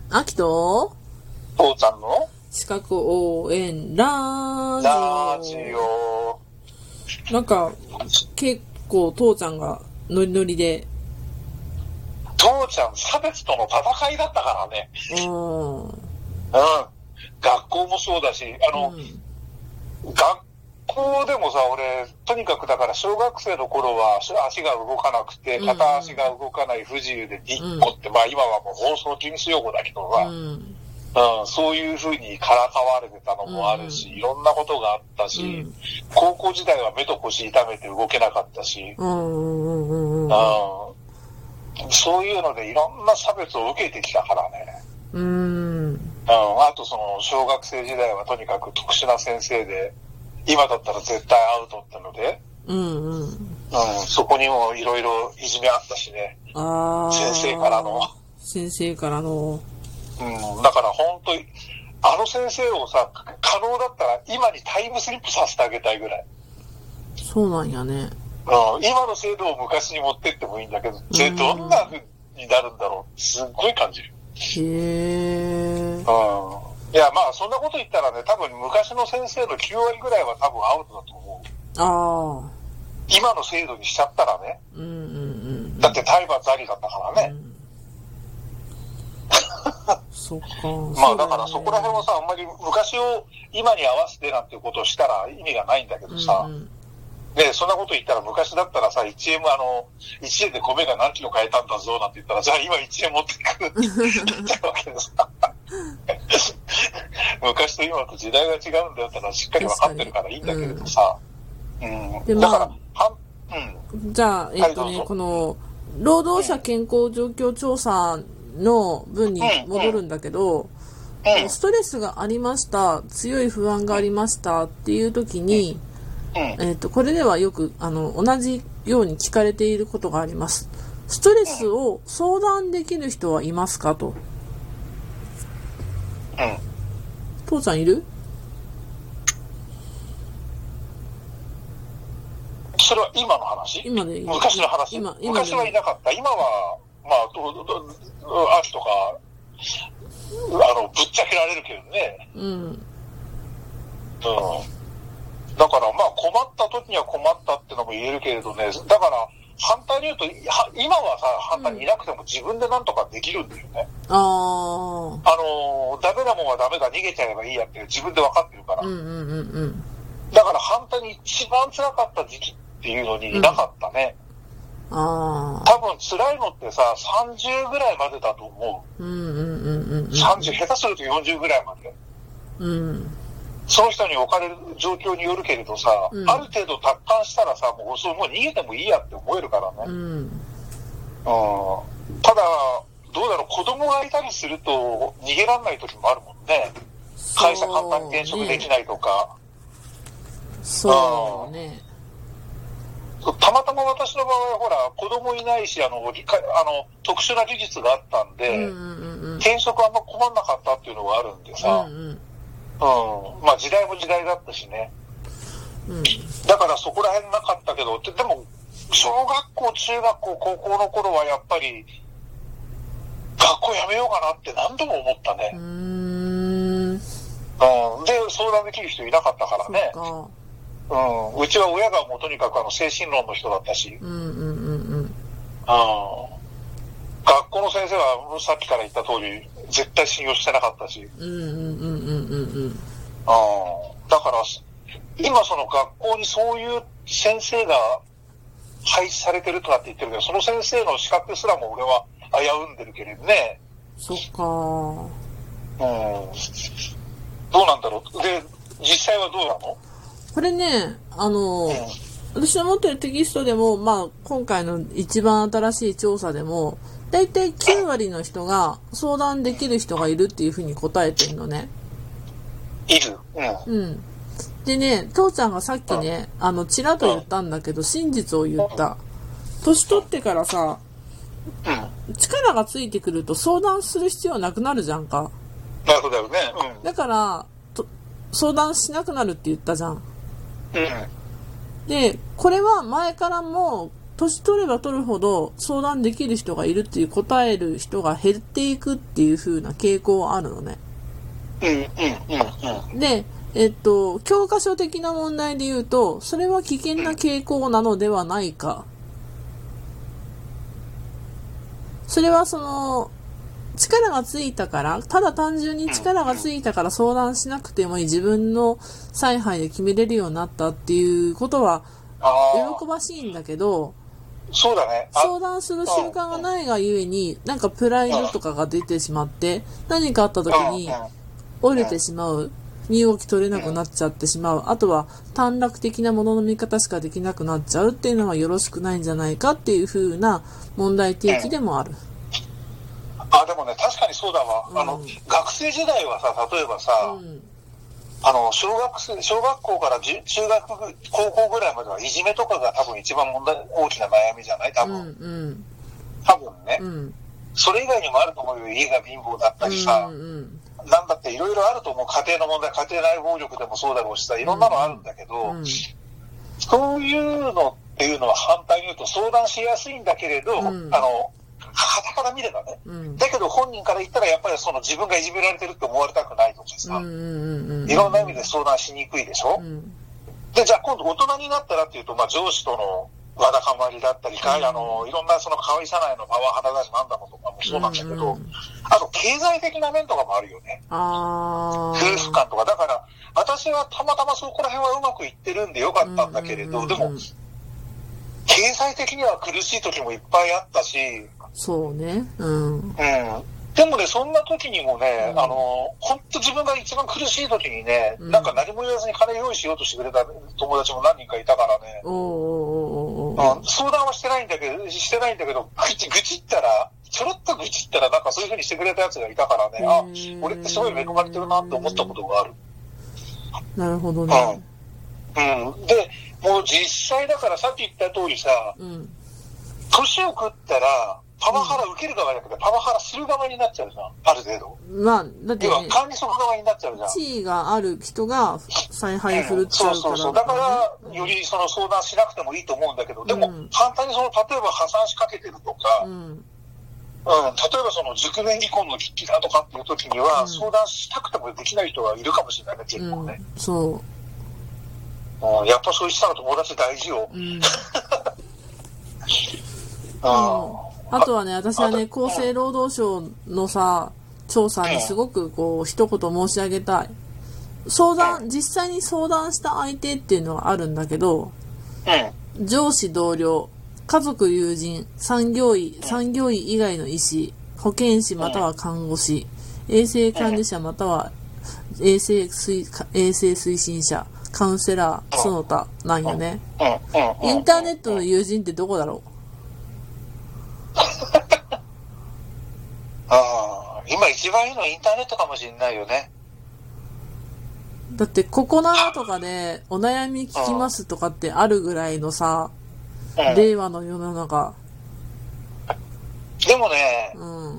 秋と父ちゃんの資格応援ラジオ。 なんか結構父ちゃんがノリノリで、 父ちゃん差別との戦いだったからね。学校もそうだし、学校でもさ、俺とにかくだから小学生の頃は足が動かなくて片足が動かない不自由でディッコって、まあ今はもう放送禁止用語だけどさ、そういう風にからかわれてたのもあるし、いろんなことがあったし、高校時代は目と腰痛めて動けなかったし、そういうのでいろんな差別を受けてきたからね。あとその小学生時代はとにかく特殊な先生で、今だったら絶対アウトってので、そこにもいろいろいじめあったしね。先生からの。だから本当にあの先生をさ、可能だったら今にタイムスリップさせてあげたいぐらい。 そうなんやね。 今の制度を昔に持ってってもいいんだけど、どんな風になるんだろうってすっごい感じる。いや、まあそんなこと言ったらね、多分昔の先生の9割ぐらいは多分アウトだと思う。今の制度にしちゃったらね。だって体罰ありだったからね。 そっか。 まあだからそこら辺はさ、あんまり昔を今に合わせてなんていうことをしたら意味がないんだけどさ、ね、そんなこと言ったら昔だったらさ、1円で米が何キロ買えたんだぞなんて言ったら、じゃあ今1円持ってくるって言っちゃうわけでさ。昔と今と時代が違うんだよってのはしっかり分かってるからいいんだけれどさ。だから、 じゃあ、この、労働者健康状況調査の分に戻るんだけど、ストレスがありました、強い不安がありましたっていう時に、これではよく同じように聞かれていることがあります。ストレスを相談できる人はいますかと。父ちゃんいる？ それは今の話？ 今でいい。 昔の話？昔はいなかった。今はまあ秋とかぶっちゃけられるけどね。だからまあ困った時には困ったってのも言えるけれどね。だから反対に言うと今はさ、反対にいなくても自分でなんとかできるんだよね。ダメなもんはダメだ、逃げちゃえばいいやって自分で分かってるから。だから反対に一番辛かった時期っていうのにいなかったね。多分辛いのってさ、30ぐらいまでだと思う。30、下手すると40ぐらいまで。その人に置かれる状況によるけれどさ、ある程度達観したらさ、もう逃げてもいいやって思えるからね。ただ、どうだろう、子供がいたりすると逃げられない時もあるもんね。会社簡単に転職できないとか。 そうね。 たまたま私の場合はほら、子供いないし、特殊な技術があったんで、転職あんま困んなかったっていうのがあるんでさ、まあ時代も時代だったしね。だからそこら辺なかったけど、でも、小学校、中学校、高校の頃はやっぱり、学校やめようかなって何度も思ったね。で、相談できる人いなかったからね。うちは親がもうとにかく精神論の人だったし。学校の先生はさっきから言った通り、絶対信用してなかったし。だから、今その学校にそういう先生が配置されてるとかって言ってるけど、その先生の資格すらも俺は危うんでるけれどね。 そっか。 どうなんだろう。で、実際はどうなの？ これね、私の持ってるテキストでも、まあ、今回の一番新しい調査でも、だいたい9割の人が相談できる人がいるっていうふうに答えてるのね。 いる。 でね、父ちゃんがさっきね、ちらっと言ったんだけど、真実を言った。年取ってからさ、力がついてくると相談する必要なくなるじゃんか。 そうだよね。 だから、相談しなくなるって言ったじゃん。で、これは前からも年取れば取るほど相談できる人がいるっていう答える人が減っていくっていう風な傾向はあるのね。で、教科書的な問題で言うと、それは危険な傾向なのではないか。それは力がついたから、ただ単純に力がついたから相談しなくてもいい、自分の采配で決めれるようになったっていうことは喜ばしいんだけど、 そうだね。 相談する習慣がないがゆえに、なんかプライドとかが出てしまって、何かあった時に折れてしまう、身動き取れなくなっちゃってしまう、あとは短絡的なものの見方しかできなくなっちゃうっていうのはよろしくないんじゃないかっていう風な問題提起でもある。 でもね、確かにそうだわ。学生時代はさ、例えばさ、小学校から中学、高校ぐらいまではいじめとかが多分一番大きな悩みじゃない多分。多分ね、それ以外にもあると思うよ。家が貧乏だったりさ、なんだっていろいろあると思う。家庭の問題、家庭内暴力でもそうだろうしさ、いろんなのあるんだけど、そういうのっていうのは反対に言うと相談しやすいんだけれど、傍から見ればね、だけど本人から言ったらやっぱり自分がいじめられてるって思われたくないとかさ、いろんな意味で相談しにくいでしょ、で、じゃあ今度大人になったらっていうと、上司とのわだかまりだったり、いろんな可愛さないのパワハラだしなんだのとかもそうなんだけど、あと経済的な面とかもあるよね。夫婦間とか。だから私はたまたまそこら辺はうまくいってるんでよかったんだけれど、でも経済的には苦しい時もいっぱいあったし、 そうね。 でもね、そんな時にもね、本当自分が一番苦しい時にね、なんか何も言わずに金用意しようとしてくれた友達も何人かいたからね。相談はしてないんだけど、愚痴ったら、ちょろっと愚痴ったらなんかそういう風にしてくれたやつがいたからね、俺ってすごい恵まれてるなって思ったことがある。 なるほどね。 で、もう実際だからさっき言った通りさ、年を食ったら、パワハラ受ける側じゃなくて、パワハラする側になっちゃうじゃん。ある程度。 だって、 要は管理職側になっちゃうじゃん。 地位がある人が采配振るっちゃうから、 だから、より相談しなくてもいいと思うんだけど、でも、簡単に例えば破産しかけてるとか、例えば熟年離婚の危機だとかっていう時には、相談したくてもできない人がいるかもしれないね、結構ね。 そう。 やっぱそういう人の友達大事よ。 あとはね、私はね、厚生労働省のさ、調査にすごく一言申し上げたい。実際に相談した相手っていうのはあるんだけど、上司同僚、家族友人、産業医以外の医師、保健師または看護師、衛生管理者または衛生推進者、カウンセラー、その他なんよね。インターネットの友人ってどこだろう？ 今一番いいのはインターネットかもしれないよね。 だってここなとかでお悩み聞きますとかってあるぐらいのさ、令和の世の中。 でもね、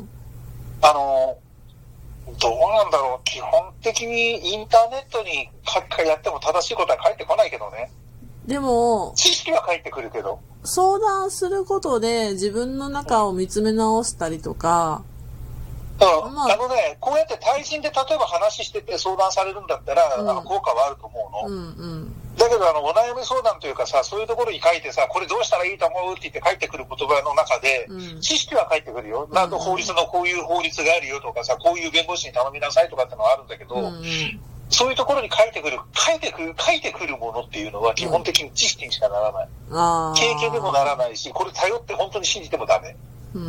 どうなんだろう。基本的にインターネットにやっても正しいことは返ってこないけどね。 でも、 知識は返ってくるけど。 相談することで自分の中を見つめ直したりとか、 こうやって対人で例えば話してて相談されるんだったら、効果はあると思うの。だけどお悩み相談というかさ、そういうところに書いてさ、これどうしたらいいと思うって言って書いてくる言葉の中で、知識は返ってくるよ。法律のこういう法律があるよとかさ、こういう弁護士に頼みなさいとかってのはあるんだけど、そういうところに書いてくるものっていうのは基本的に知識にしかならない。経験でもならないし、これ頼って本当に信じてもダメ。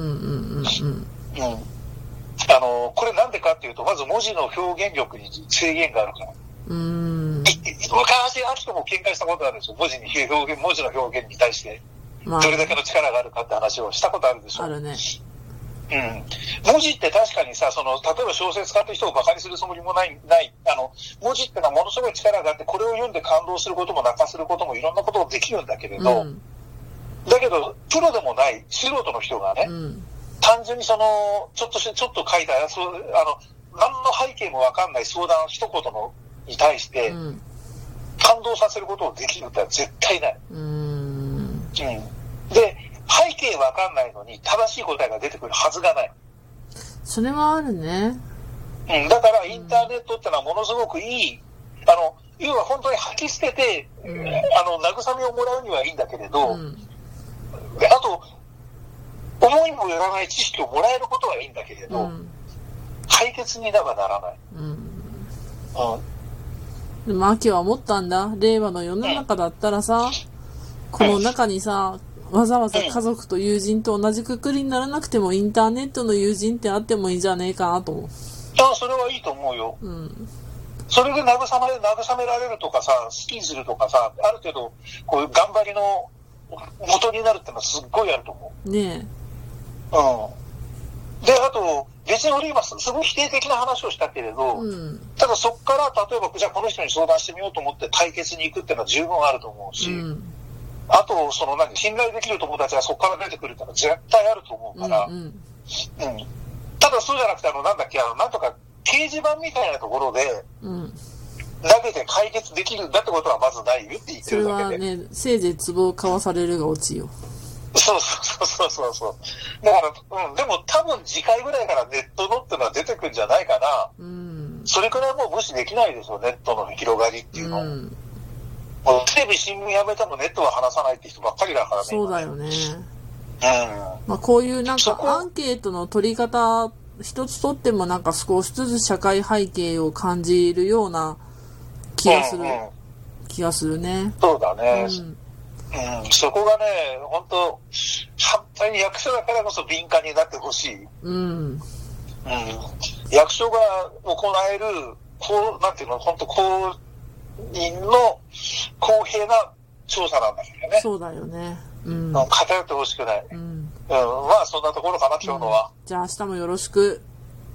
これなんでかっていうと、まず文字の表現力に制限があるから。昔、ある人も喧嘩したことあるんですよ。文字の表現に対して、どれだけの力があるかって話をしたことあるでしょ。 あるね。 文字って確かにさ、例えば小説家って人を馬鹿にするつもりもない、文字ってのはものすごい力があって、これを読んで感動することも泣かすることもいろんなことができるんだけれど、だけど、プロでもない素人の人がね、単純にちょっと書いた、何の背景もわかんない相談一言に対して、感動させることをできるってのは絶対ない。で、 背景わかんないのに正しい答えが出てくるはずがない。 それはあるね。 だからインターネットってのはものすごくいい、要は本当に吐き捨てて、慰めをもらうにはいいんだけれど、あと、思いもよらない知識をもらえることはいいんだけれど、解決にはならない。 でも、秋は思ったんだ。令和の世の中だったらさ、この中にさ、わざわざ家族と友人と同じくくりにならなくても、インターネットの友人ってあってもいいんじゃねえかなと思う。 それはいいと思うよ。それで慰められるとかさ、好きにするとかさ、ある程度、こういう頑張りの元になるってのはすっごいあると思う。 ねえ。で、あと、別に俺今すごい否定的な話をしたけれど、ただそこから例えばじゃあこの人に相談してみようと思って解決に行くっていうのは十分あると思うし、あと信頼できる友達がそこから出てくるっていうのは絶対あると思うから、ただそうじゃなくてなんとか掲示板みたいなところで、投げて解決できるんだってことはまずないよって言ってるだけで。 それはね、せいぜい壺を買わされるがオチよ。 そう。だから、でも多分次回ぐらいからネットのってのは出てくるんじゃないかな。それくらいもう無視できないですよ、ネットの広がりっていうの。もうテレビ、新聞やめてもネットは話さないって人ばっかりだからね。 そうだよね。まあこういうなんかアンケートの取り方一つとってもなんか少しずつ社会背景を感じるような気がするね。 そうだね。そこがね、本当反対に役所だからこそ敏感になってほしい。役所が行える、なんていうの、本当公認の公平な調査なんだからね。 そうだよね。 偏ってほしくない。まあそんなところかな、今日のは。 じゃあ明日もよろしく。